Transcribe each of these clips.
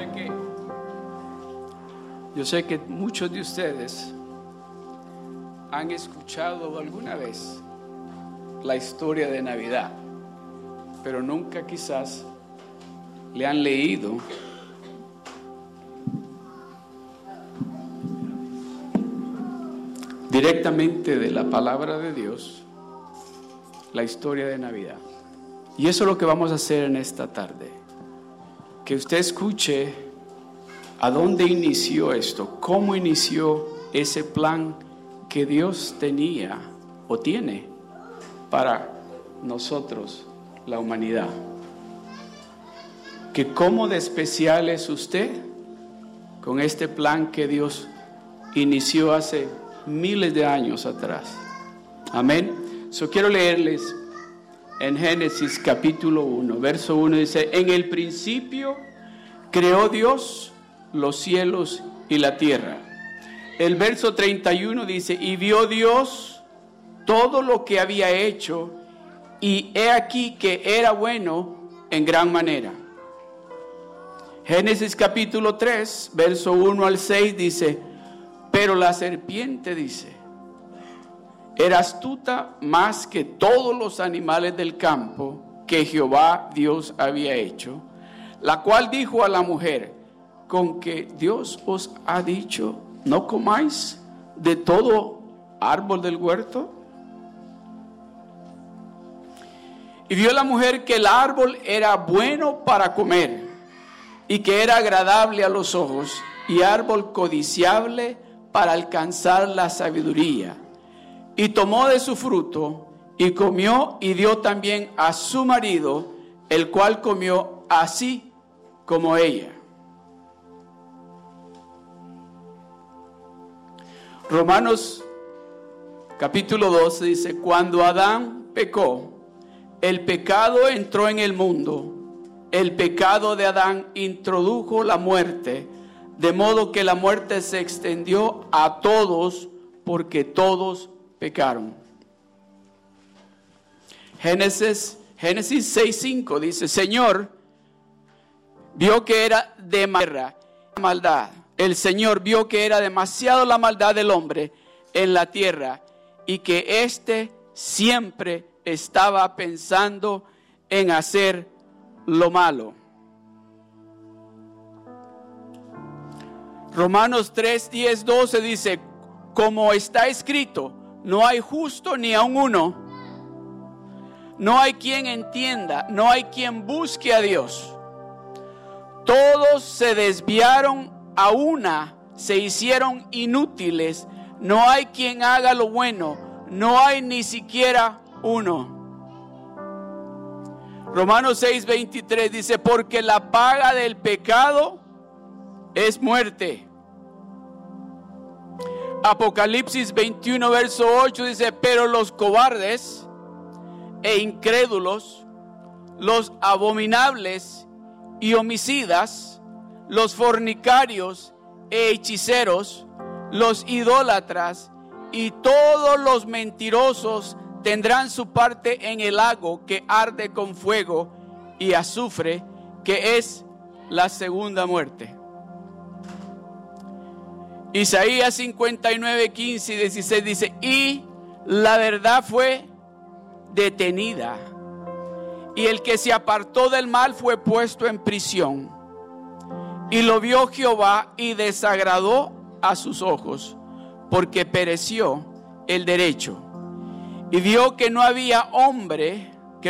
Yo sé que muchos de ustedes han escuchado alguna vez la historia de Navidad, pero nunca quizás le han leído directamente de la palabra de Dios la historia de Navidad. Y eso es lo que vamos a hacer en esta tarde. Que usted escuche a dónde inició esto, cómo inició ese plan que Dios tenía o tiene para nosotros, la humanidad. Que cómo de especial es usted con este plan que Dios inició hace miles de años atrás. Amén. Quiero leerles en Génesis capítulo 1, verso 1, dice: en el principio creó Dios los cielos y la tierra. El verso 31 dice: y vio Dios todo lo que había hecho, y he aquí que era bueno en gran manera. Génesis capítulo 3, verso 1 al 6 dice: pero la serpiente, dice, era astuta más que todos los animales del campo que Jehová Dios había hecho, la cual dijo a la mujer: con que Dios os ha dicho, no comáis de todo árbol del huerto. Y vio la mujer que el árbol era bueno para comer, y que era agradable a los ojos, y árbol codiciable para alcanzar la sabiduría. Y tomó de su fruto, y comió, y dio también a su marido, el cual comió así como ella. Romanos capítulo 12 dice: cuando Adán pecó, el pecado entró en el mundo. El pecado de Adán introdujo la muerte, de modo que la muerte se extendió a todos, porque todos pecaron. Génesis 6:5 dice: Señor vio que era demasiada maldad. El Señor vio que era demasiado la maldad del hombre en la tierra, y que éste siempre estaba pensando en hacer lo malo. Romanos 3, 10, 12 dice: como está escrito, no hay justo ni aun uno, no hay quien entienda, no hay quien busque a Dios. Todos se desviaron a una, se hicieron inútiles, no hay quien haga lo bueno, no hay ni siquiera uno. Romanos 6:23 dice: porque la paga del pecado es muerte. Apocalipsis 21 verso 8 dice: pero los cobardes e incrédulos, los abominables y homicidas, los fornicarios e hechiceros, los idólatras y todos los mentirosos tendrán su parte en el lago que arde con fuego y azufre, que es la segunda muerte. Isaías 59, 15 y 16 dice: y la verdad fue detenida, y el que se apartó del mal fue puesto en prisión. Y lo vio Jehová y desagradó a sus ojos, porque pereció el derecho. Y vio que no había hombre,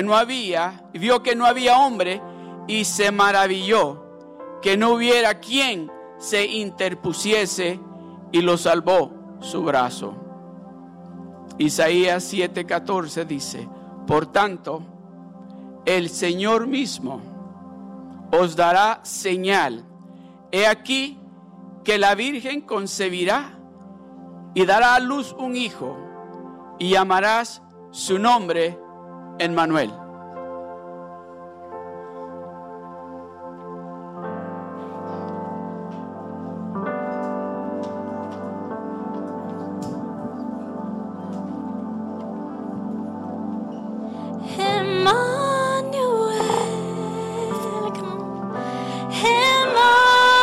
y se maravilló que no hubiera quien se interpusiese, y lo salvó su brazo. Isaías 7:14 dice: por tanto, el Señor mismo os dará señal. He aquí que la Virgen concebirá y dará a luz un hijo, y llamarás su nombre Emmanuel. Emmanuel,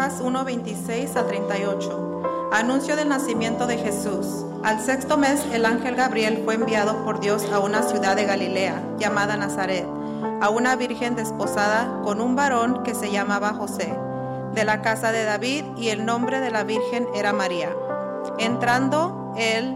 Lucas 1:26 a 38. Anuncio del nacimiento de Jesús. Al sexto mes, el ángel Gabriel fue enviado por Dios a una ciudad de Galilea, llamada Nazaret, a una virgen desposada con un varón que se llamaba José, de la casa de David, y el nombre de la virgen era María. Entrando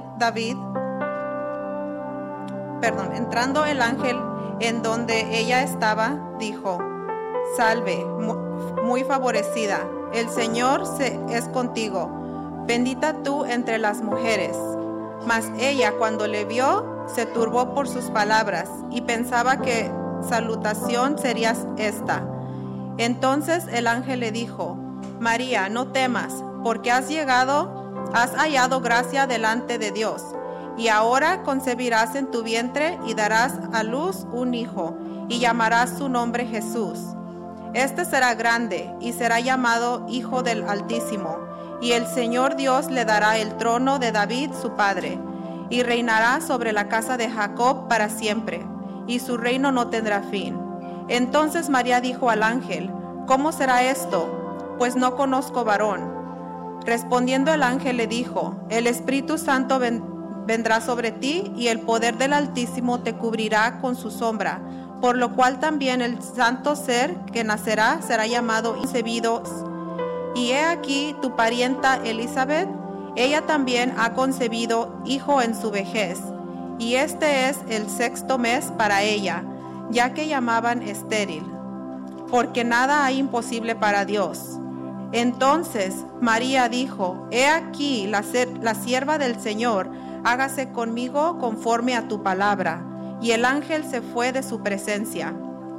el ángel en donde ella estaba, dijo: Salve, muy favorecida, el Señor es contigo, bendita tú entre las mujeres. Mas ella, cuando le vio, se turbó por sus palabras y pensaba qué salutación sería esta. Entonces el ángel le dijo: María, no temas, porque has hallado gracia delante de Dios. Y ahora concebirás en tu vientre y darás a luz un hijo, y llamarás su nombre Jesús. Este será grande y será llamado Hijo del Altísimo, y el Señor Dios le dará el trono de David su padre, y reinará sobre la casa de Jacob para siempre, y su reino no tendrá fin. Entonces María dijo al ángel: ¿Cómo será esto? Pues no conozco varón. Respondiendo el ángel le dijo: El Espíritu Santo vendrá sobre ti, y el poder del Altísimo te cubrirá con su sombra, por lo cual también el santo ser que nacerá será llamado concebido. Y he aquí tu parienta Elizabeth, ella también ha concebido hijo en su vejez, y este es el sexto mes para ella, ya que llamaban estéril, porque nada hay imposible para Dios. Entonces María dijo: He aquí la sierva del Señor, hágase conmigo conforme a tu palabra. Y el ángel se fue de su presencia.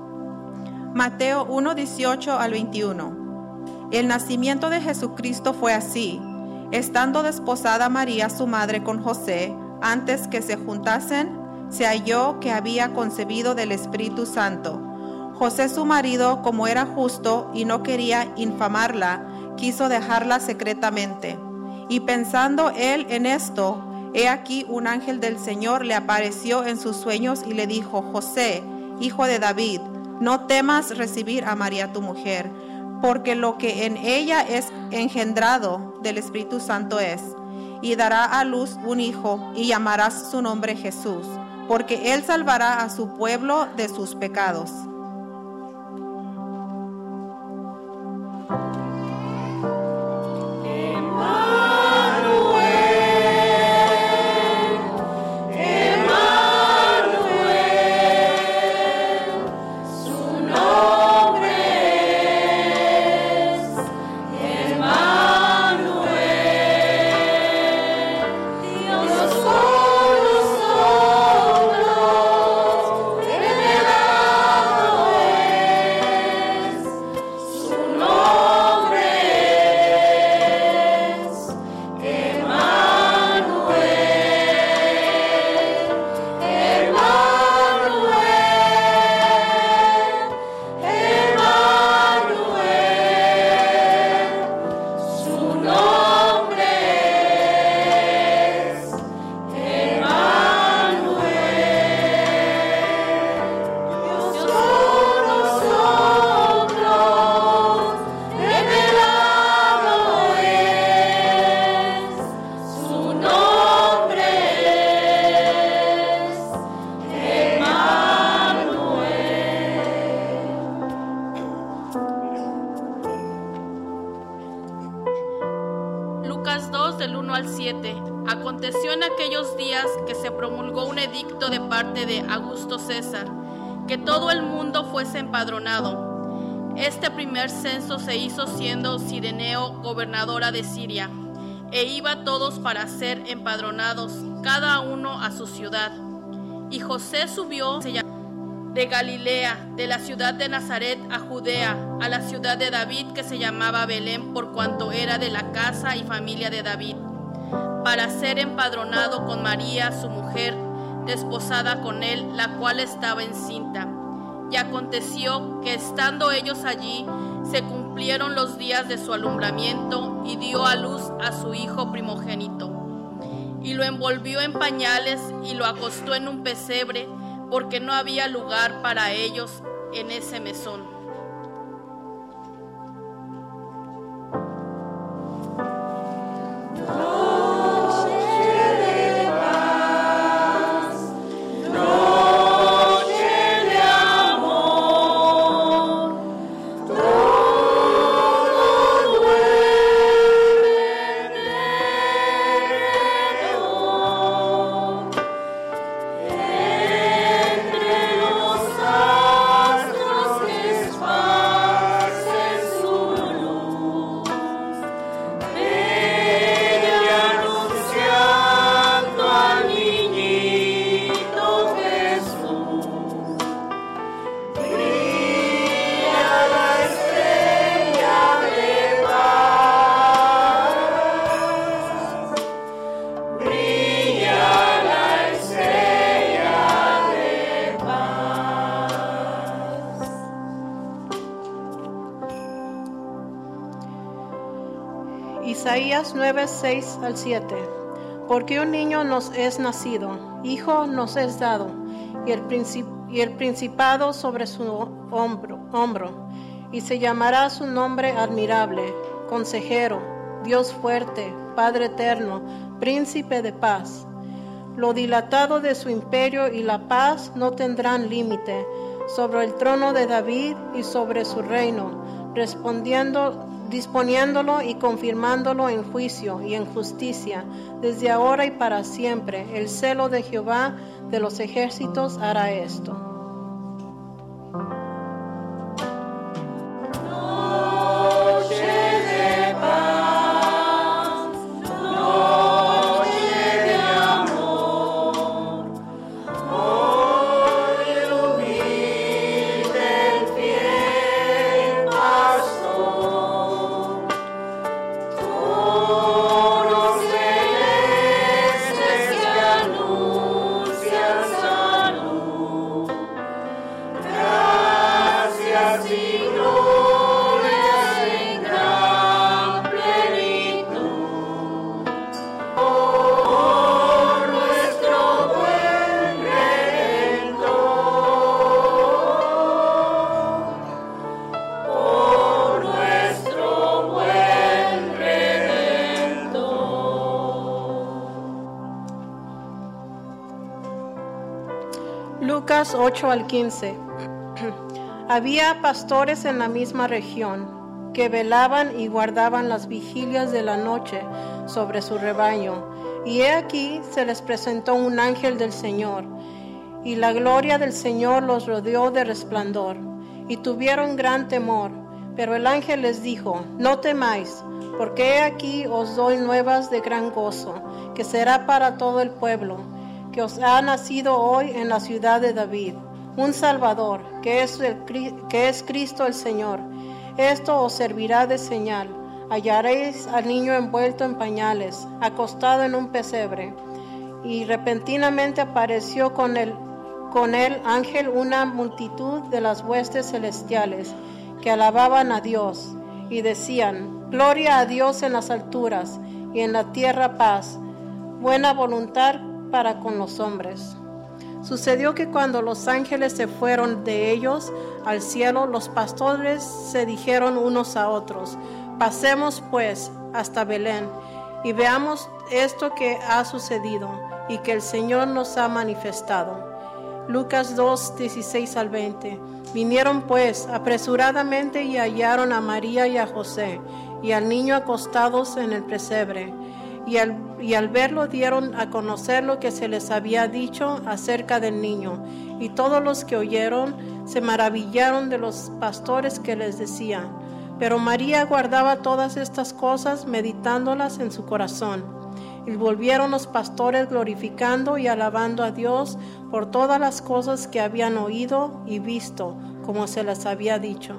Mateo 1:18 al 21. El nacimiento de Jesucristo fue así. Estando desposada María su madre con José, antes que se juntasen, se halló que había concebido del Espíritu Santo. José su marido, como era justo y no quería infamarla, quiso dejarla secretamente. Y pensando él en esto, he aquí un ángel del Señor le apareció en sus sueños y le dijo: José, hijo de David, no temas recibir a María tu mujer, porque lo que en ella es engendrado del Espíritu Santo es, y dará a luz un hijo, y llamarás su nombre Jesús, porque él salvará a su pueblo de sus pecados. Lucas 2 del 1 al 7. Aconteció en aquellos días que se promulgó un edicto de parte de Augusto César, que todo el mundo fuese empadronado. Este primer censo se hizo siendo Cireneo gobernadora de Siria, e iba todos para ser empadronados, cada uno a su ciudad. Y José subió de Galilea, de la ciudad de Nazaret a Judea, a la ciudad de David, que se llamaba Belén, por cuanto era de la casa y familia de David, para ser empadronado con María, su mujer, desposada con él, la cual estaba encinta. Y aconteció que estando ellos allí, se cumplieron los días de su alumbramiento, y dio a luz a su hijo primogénito. Y lo envolvió en pañales y lo acostó en un pesebre, porque no había lugar para ellos en ese mesón. Isaías 9, 6 al 7. Porque un niño nos es nacido, hijo nos es dado, y el principado sobre su hombro, y se llamará su nombre admirable, consejero, Dios fuerte, Padre eterno, príncipe de paz. Lo dilatado de su imperio y la paz no tendrán límite sobre el trono de David y sobre su reino, disponiéndolo y confirmándolo en juicio y en justicia, desde ahora y para siempre. El celo de Jehová de los ejércitos hará esto. Lucas 8 al 15. Había pastores en la misma región que velaban y guardaban las vigilias de la noche sobre su rebaño. Y he aquí se les presentó un ángel del Señor, y la gloria del Señor los rodeó de resplandor, y tuvieron gran temor. Pero el ángel les dijo: no temáis, porque he aquí os doy nuevas de gran gozo, que será para todo el pueblo, que os ha nacido hoy en la ciudad de David un Salvador, que es Cristo el Señor. Esto os servirá de señal: hallaréis al niño envuelto en pañales, acostado en un pesebre. Y repentinamente apareció con el ángel una multitud de las huestes celestiales, que alababan a Dios, y decían: gloria a Dios en las alturas, y en la tierra paz, buena voluntad para con los hombres. Sucedió que cuando los ángeles se fueron de ellos al cielo, los pastores se dijeron unos a otros: pasemos pues hasta Belén y veamos esto que ha sucedido y que el Señor nos ha manifestado. Lucas 2, 16 al 20. Vinieron pues apresuradamente y hallaron a María y a José y al niño acostados en el pesebre. Y al verlo dieron a conocer lo que se les había dicho acerca del niño. Y todos los que oyeron se maravillaron de los pastores que les decían. Pero María guardaba todas estas cosas, meditándolas en su corazón. Y volvieron los pastores glorificando y alabando a Dios por todas las cosas que habían oído y visto, como se les había dicho.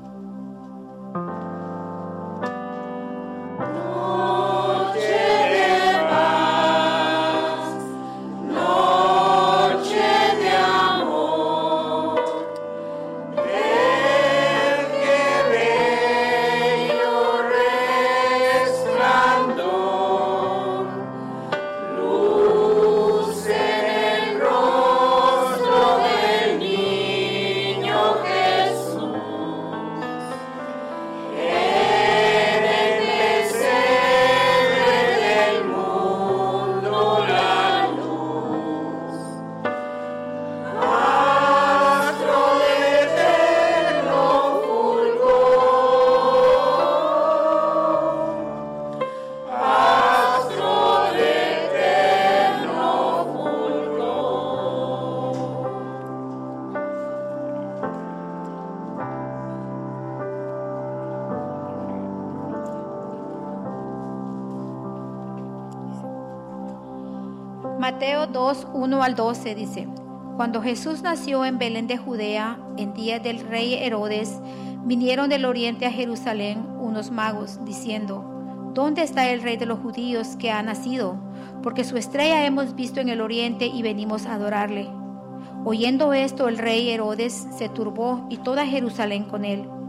Mateo 2, 1 al 12 dice: Cuando Jesús nació en Belén de Judea, en día del rey Herodes, vinieron del oriente a Jerusalén unos magos, diciendo: ¿Dónde está el rey de los judíos que ha nacido? Porque su estrella hemos visto en el oriente y venimos a adorarle. Oyendo esto, el rey Herodes se turbó y toda Jerusalén con él.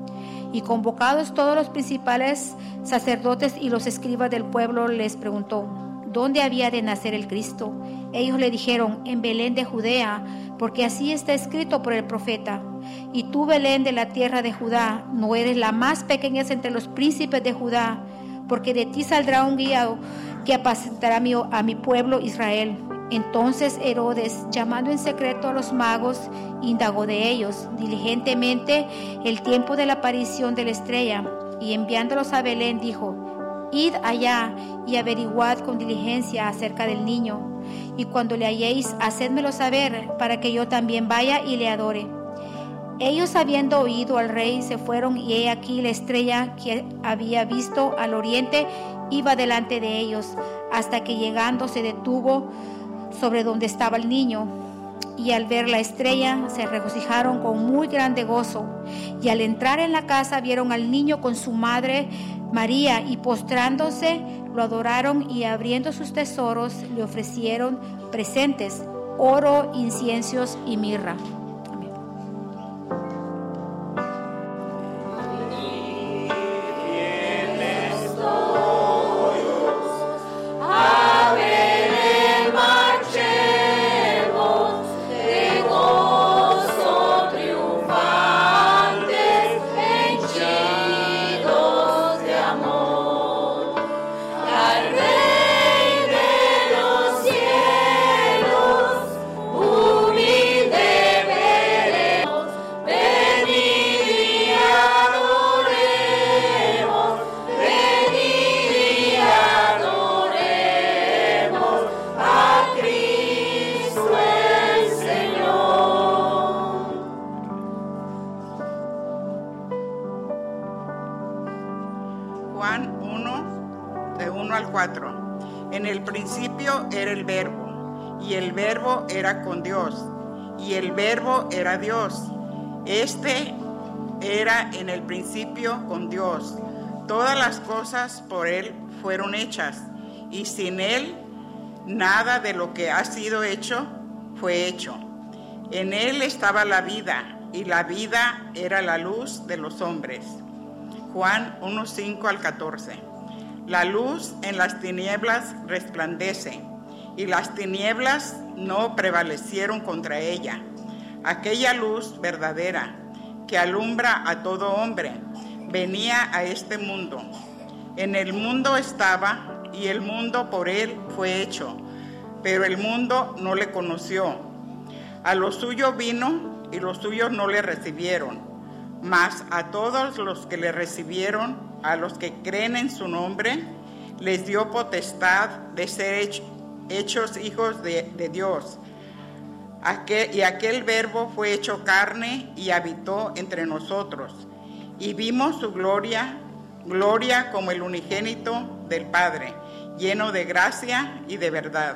Y convocados todos los principales sacerdotes y los escribas del pueblo, les preguntó: ¿dónde había de nacer el Cristo? Ellos le dijeron: en Belén de Judea, porque así está escrito por el profeta: y tú, Belén de la tierra de Judá, no eres la más pequeña entre los príncipes de Judá, porque de ti saldrá un guía que apacentará a mi pueblo Israel. Entonces Herodes, llamando en secreto a los magos, indagó de ellos diligentemente el tiempo de la aparición de la estrella, y enviándolos a Belén dijo: id allá y averiguad con diligencia acerca del niño, y cuando le halléis, hacedmelo saber, para que yo también vaya y le adore. Ellos, habiendo oído al rey, se fueron, y he aquí la estrella que había visto al oriente iba delante de ellos, hasta que llegando se detuvo sobre donde estaba el niño. Y al ver la estrella se regocijaron con muy grande gozo. Y al entrar en la casa vieron al niño con su madre María, y postrándose lo adoraron, y abriendo sus tesoros le ofrecieron presentes: oro, inciensos y mirra. Juan 1, de 1 al 4. En el principio era el Verbo, y el Verbo era con Dios, y el Verbo era Dios. Este era en el principio con Dios. Todas las cosas por Él fueron hechas, y sin Él nada de lo que ha sido hecho fue hecho. En Él estaba la vida, y la vida era la luz de los hombres. Juan 1, 5 al 14. La luz en las tinieblas resplandece, y las tinieblas no prevalecieron contra ella. Aquella luz verdadera, que alumbra a todo hombre, venía a este mundo. En el mundo estaba, y el mundo por él fue hecho, pero el mundo no le conoció. A lo suyo vino, y los suyos no le recibieron. Mas a todos los que le recibieron, a los que creen en su nombre, les dio potestad de ser hechos hijos de Dios. Aquel Verbo fue hecho carne y habitó entre nosotros. Y vimos su gloria, gloria como el unigénito del Padre, lleno de gracia y de verdad.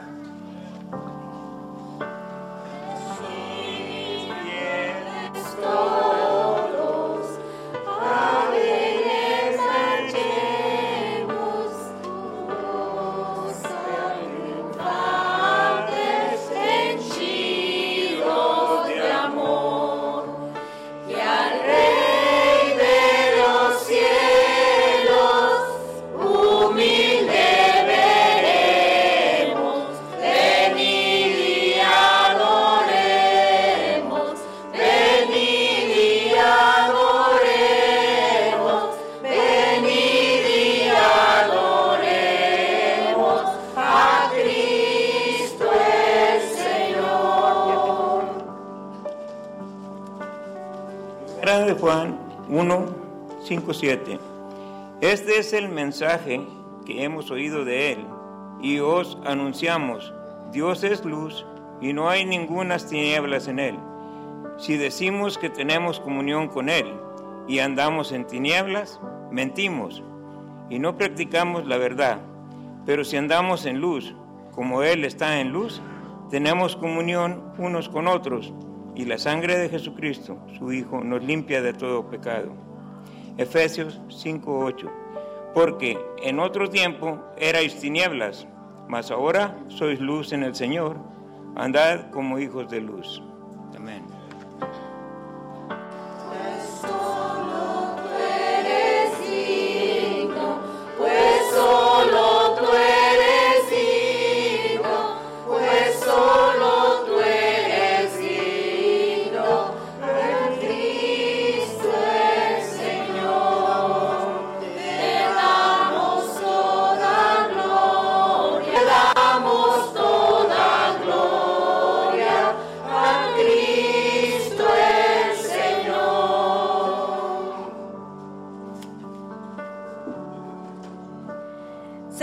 De Juan 1, 5, 7. Este es el mensaje que hemos oído de él y os anunciamos: Dios es luz y no hay ningunas tinieblas en él. Si decimos que tenemos comunión con él y andamos en tinieblas, mentimos y no practicamos la verdad. Pero si andamos en luz, como él está en luz, tenemos comunión unos con otros, y la sangre de Jesucristo, su Hijo, nos limpia de todo pecado. Efesios 5:8. Porque en otro tiempo erais tinieblas, mas ahora sois luz en el Señor. Andad como hijos de luz. Amén. Solo tú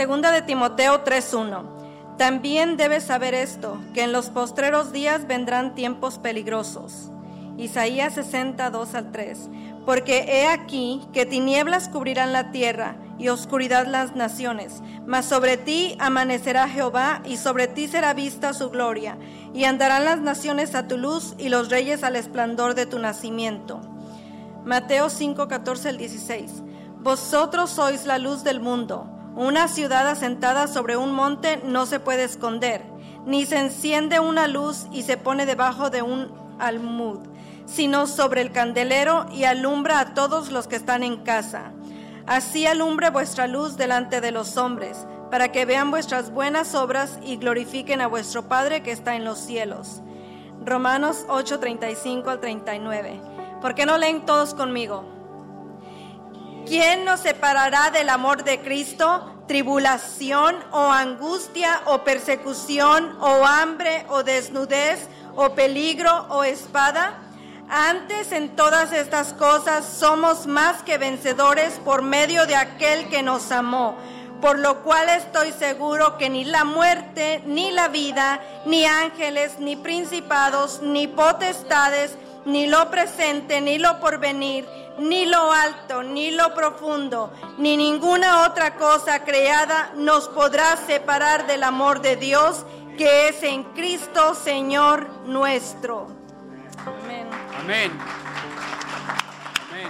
Segunda de Timoteo 3:1. También debes saber esto, que en los postreros días vendrán tiempos peligrosos. Isaías 60:2-3. Porque he aquí que tinieblas cubrirán la tierra y oscuridad las naciones, mas sobre ti amanecerá Jehová y sobre ti será vista su gloria, y andarán las naciones a tu luz y los reyes al esplendor de tu nacimiento. Mateo 5:14-16. Vosotros sois la luz del mundo. Una ciudad asentada sobre un monte no se puede esconder, ni se enciende una luz y se pone debajo de un almud, sino sobre el candelero y alumbra a todos los que están en casa. Así alumbre vuestra luz delante de los hombres, para que vean vuestras buenas obras y glorifiquen a vuestro Padre que está en los cielos. Romanos 8:35-39. ¿Por qué no leen todos conmigo? ¿Quién nos separará del amor de Cristo? ¿Tribulación o angustia o persecución o hambre o desnudez o peligro o espada? Antes en todas estas cosas somos más que vencedores por medio de aquel que nos amó, por lo cual estoy seguro que ni la muerte, ni la vida, ni ángeles, ni principados, ni potestades, ni lo presente, ni lo porvenir, ni lo alto, ni lo profundo, ni ninguna otra cosa creada nos podrá separar del amor de Dios que es en Cristo Señor nuestro. Amén. Amén. Amén.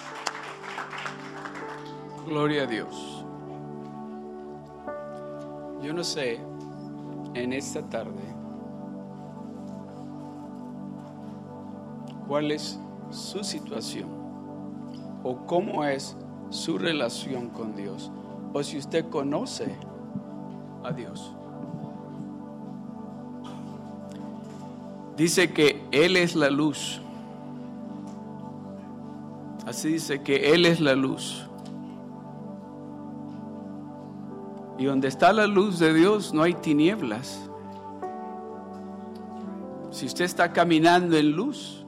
Gloria a Dios. Yo no sé en esta tarde cuál es su situación o cómo es su relación con Dios, o si usted conoce a Dios. Dice que Él es la luz. Así dice que Él es la luz. Y donde está la luz de Dios no hay tinieblas. Si usted está caminando en luz,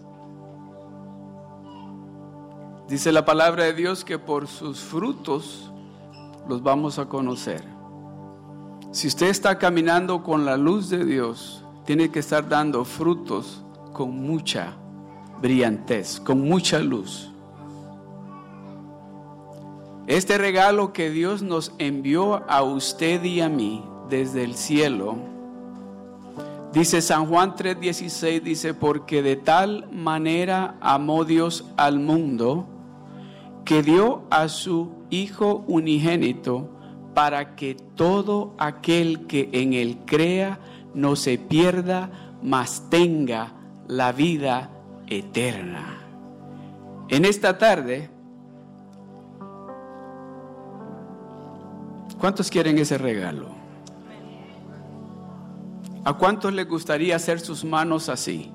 dice la palabra de Dios que por sus frutos los vamos a conocer. Si usted está caminando con la luz de Dios, tiene que estar dando frutos con mucha brillantez, con mucha luz. Este regalo que Dios nos envió a usted y a mí desde el cielo, dice San Juan 3:16, dice, porque de tal manera amó Dios al mundo, que dio a su Hijo unigénito, para que todo aquel que en Él crea no se pierda, mas tenga la vida eterna. En esta tarde, ¿cuántos quieren ese regalo? ¿A cuántos les gustaría hacer sus manos así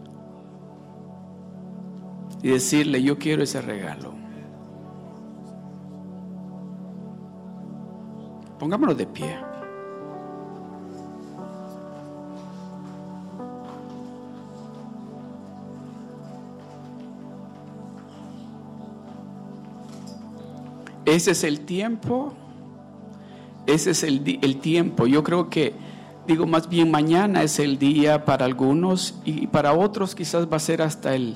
y decirle, yo quiero ese regalo? Pongámonos de pie. Ese es el tiempo. Ese es el tiempo. Yo creo que, digo más bien mañana es el día para algunos y para otros quizás va a ser hasta el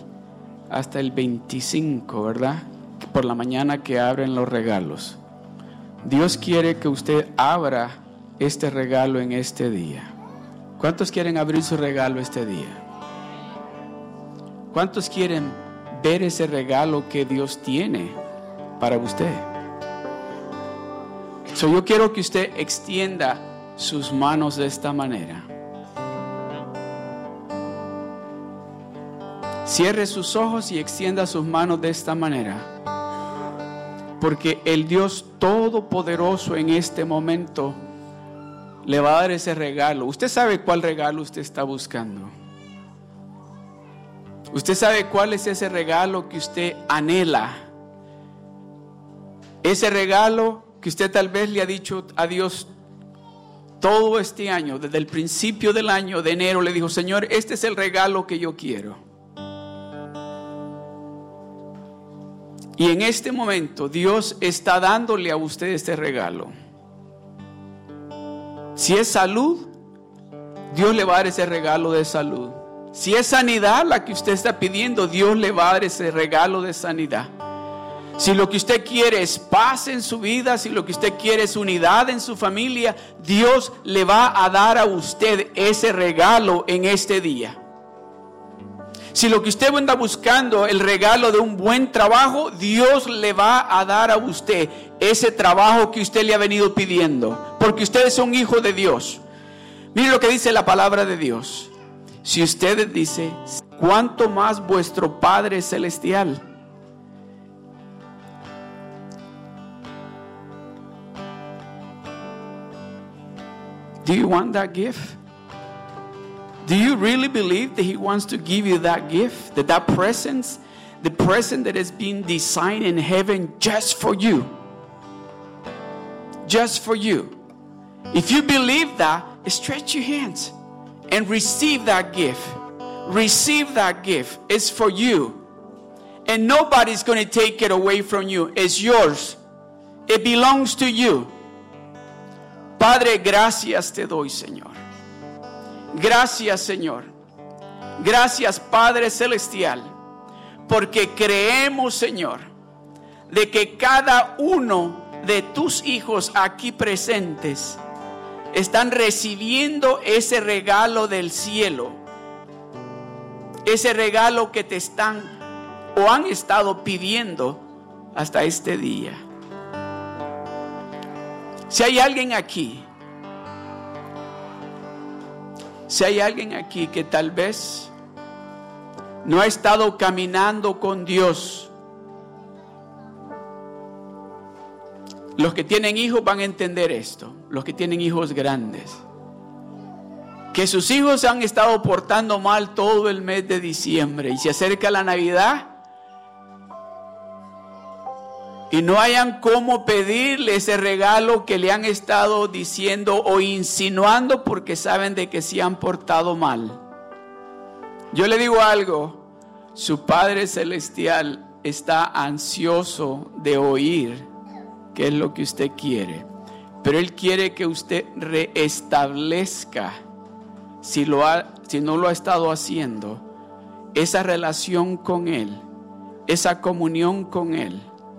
25, ¿verdad? Por la mañana que abren los regalos. Dios quiere que usted abra este regalo en este día. ¿Cuántos quieren abrir su regalo este día? ¿Cuántos quieren ver ese regalo que Dios tiene para usted? Yo quiero que usted extienda sus manos de esta manera. Cierre sus ojos y extienda sus manos de esta manera. Porque el Dios Todopoderoso en este momento le va a dar ese regalo. Usted sabe cuál regalo usted está buscando. Usted sabe cuál es ese regalo que usted anhela. Ese regalo que usted tal vez le ha dicho a Dios todo este año, desde el principio del año de enero, le dijo, Señor, este es el regalo que yo quiero. Y en este momento Dios está dándole a usted este regalo. Si es salud, Dios le va a dar ese regalo de salud. Si es sanidad la que usted está pidiendo, Dios le va a dar ese regalo de sanidad. Si lo que usted quiere es paz en su vida, si lo que usted quiere es unidad en su familia, Dios le va a dar a usted ese regalo en este día. Si lo que usted anda buscando, el regalo de un buen trabajo, Dios le va a dar a usted ese trabajo que usted le ha venido pidiendo, porque usted es un hijo de Dios. Mire lo que dice la palabra de Dios. Si usted dice, ¿cuánto más vuestro Padre Celestial? Do you want that gift? Do you really believe that He wants to give you that gift? That presence, the present that has been designed in heaven just for you. Just for you. If you believe that, stretch your hands and receive that gift. Receive that gift. It's for you. And nobody's going to take it away from you. It's yours. It belongs to you. Padre, gracias te doy, Señor. Gracias, Señor. Gracias, Padre Celestial, porque creemos, Señor, de que cada uno de tus hijos aquí presentes están recibiendo ese regalo del cielo. Ese regalo que te están o han estado pidiendo hasta este día. Si hay alguien aquí que tal vez no ha estado caminando con Dios, los que tienen hijos van a entender esto, los que tienen hijos grandes, que sus hijos han estado portando mal todo el mes de diciembre y se acerca la Navidad y no hayan cómo pedirle ese regalo que le han estado diciendo o insinuando porque saben de que se han portado mal. Yo le digo algo, su Padre Celestial está ansioso de oír qué es lo que usted quiere, pero Él quiere que usted reestablezca, si no lo ha estado haciendo, esa relación con Él, esa comunión con Él.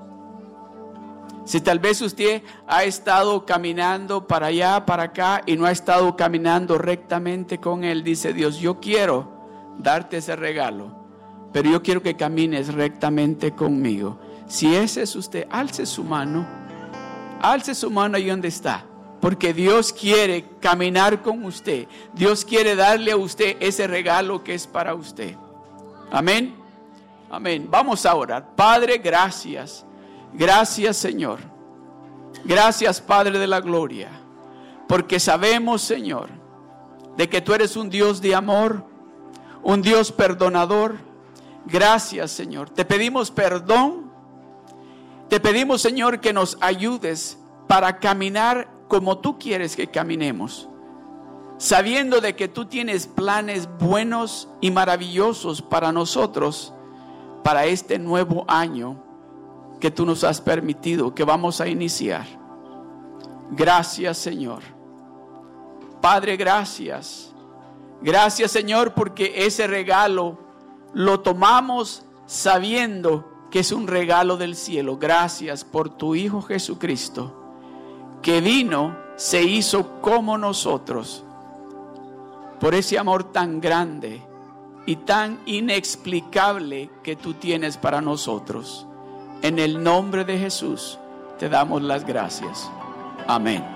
Si tal vez usted ha estado caminando para allá, para acá y no ha estado caminando rectamente con Él, dice Dios, yo quiero darte ese regalo, pero yo quiero que camines rectamente conmigo. Si ese es usted, alce su mano ahí donde está, porque Dios quiere caminar con usted. Dios quiere darle a usted ese regalo que es para usted. Amén. Amén. Vamos a orar. Padre, gracias. Gracias, Señor. Gracias, Padre de la gloria, porque sabemos, Señor, de que tú eres un Dios de amor, un Dios perdonador. Gracias, Señor. Te pedimos perdón. Te pedimos, Señor, que nos ayudes para caminar como tú quieres que caminemos, sabiendo de que tú tienes planes buenos y maravillosos para nosotros, para este nuevo año que tú nos has permitido, que vamos a iniciar. Gracias, Señor. Padre, gracias. Gracias, Señor, porque ese regalo lo tomamos sabiendo que es un regalo del cielo. Gracias por tu Hijo Jesucristo, que vino, se hizo como nosotros, por ese amor tan grande y tan inexplicable que tú tienes para nosotros. En el nombre de Jesús te damos las gracias. Amén.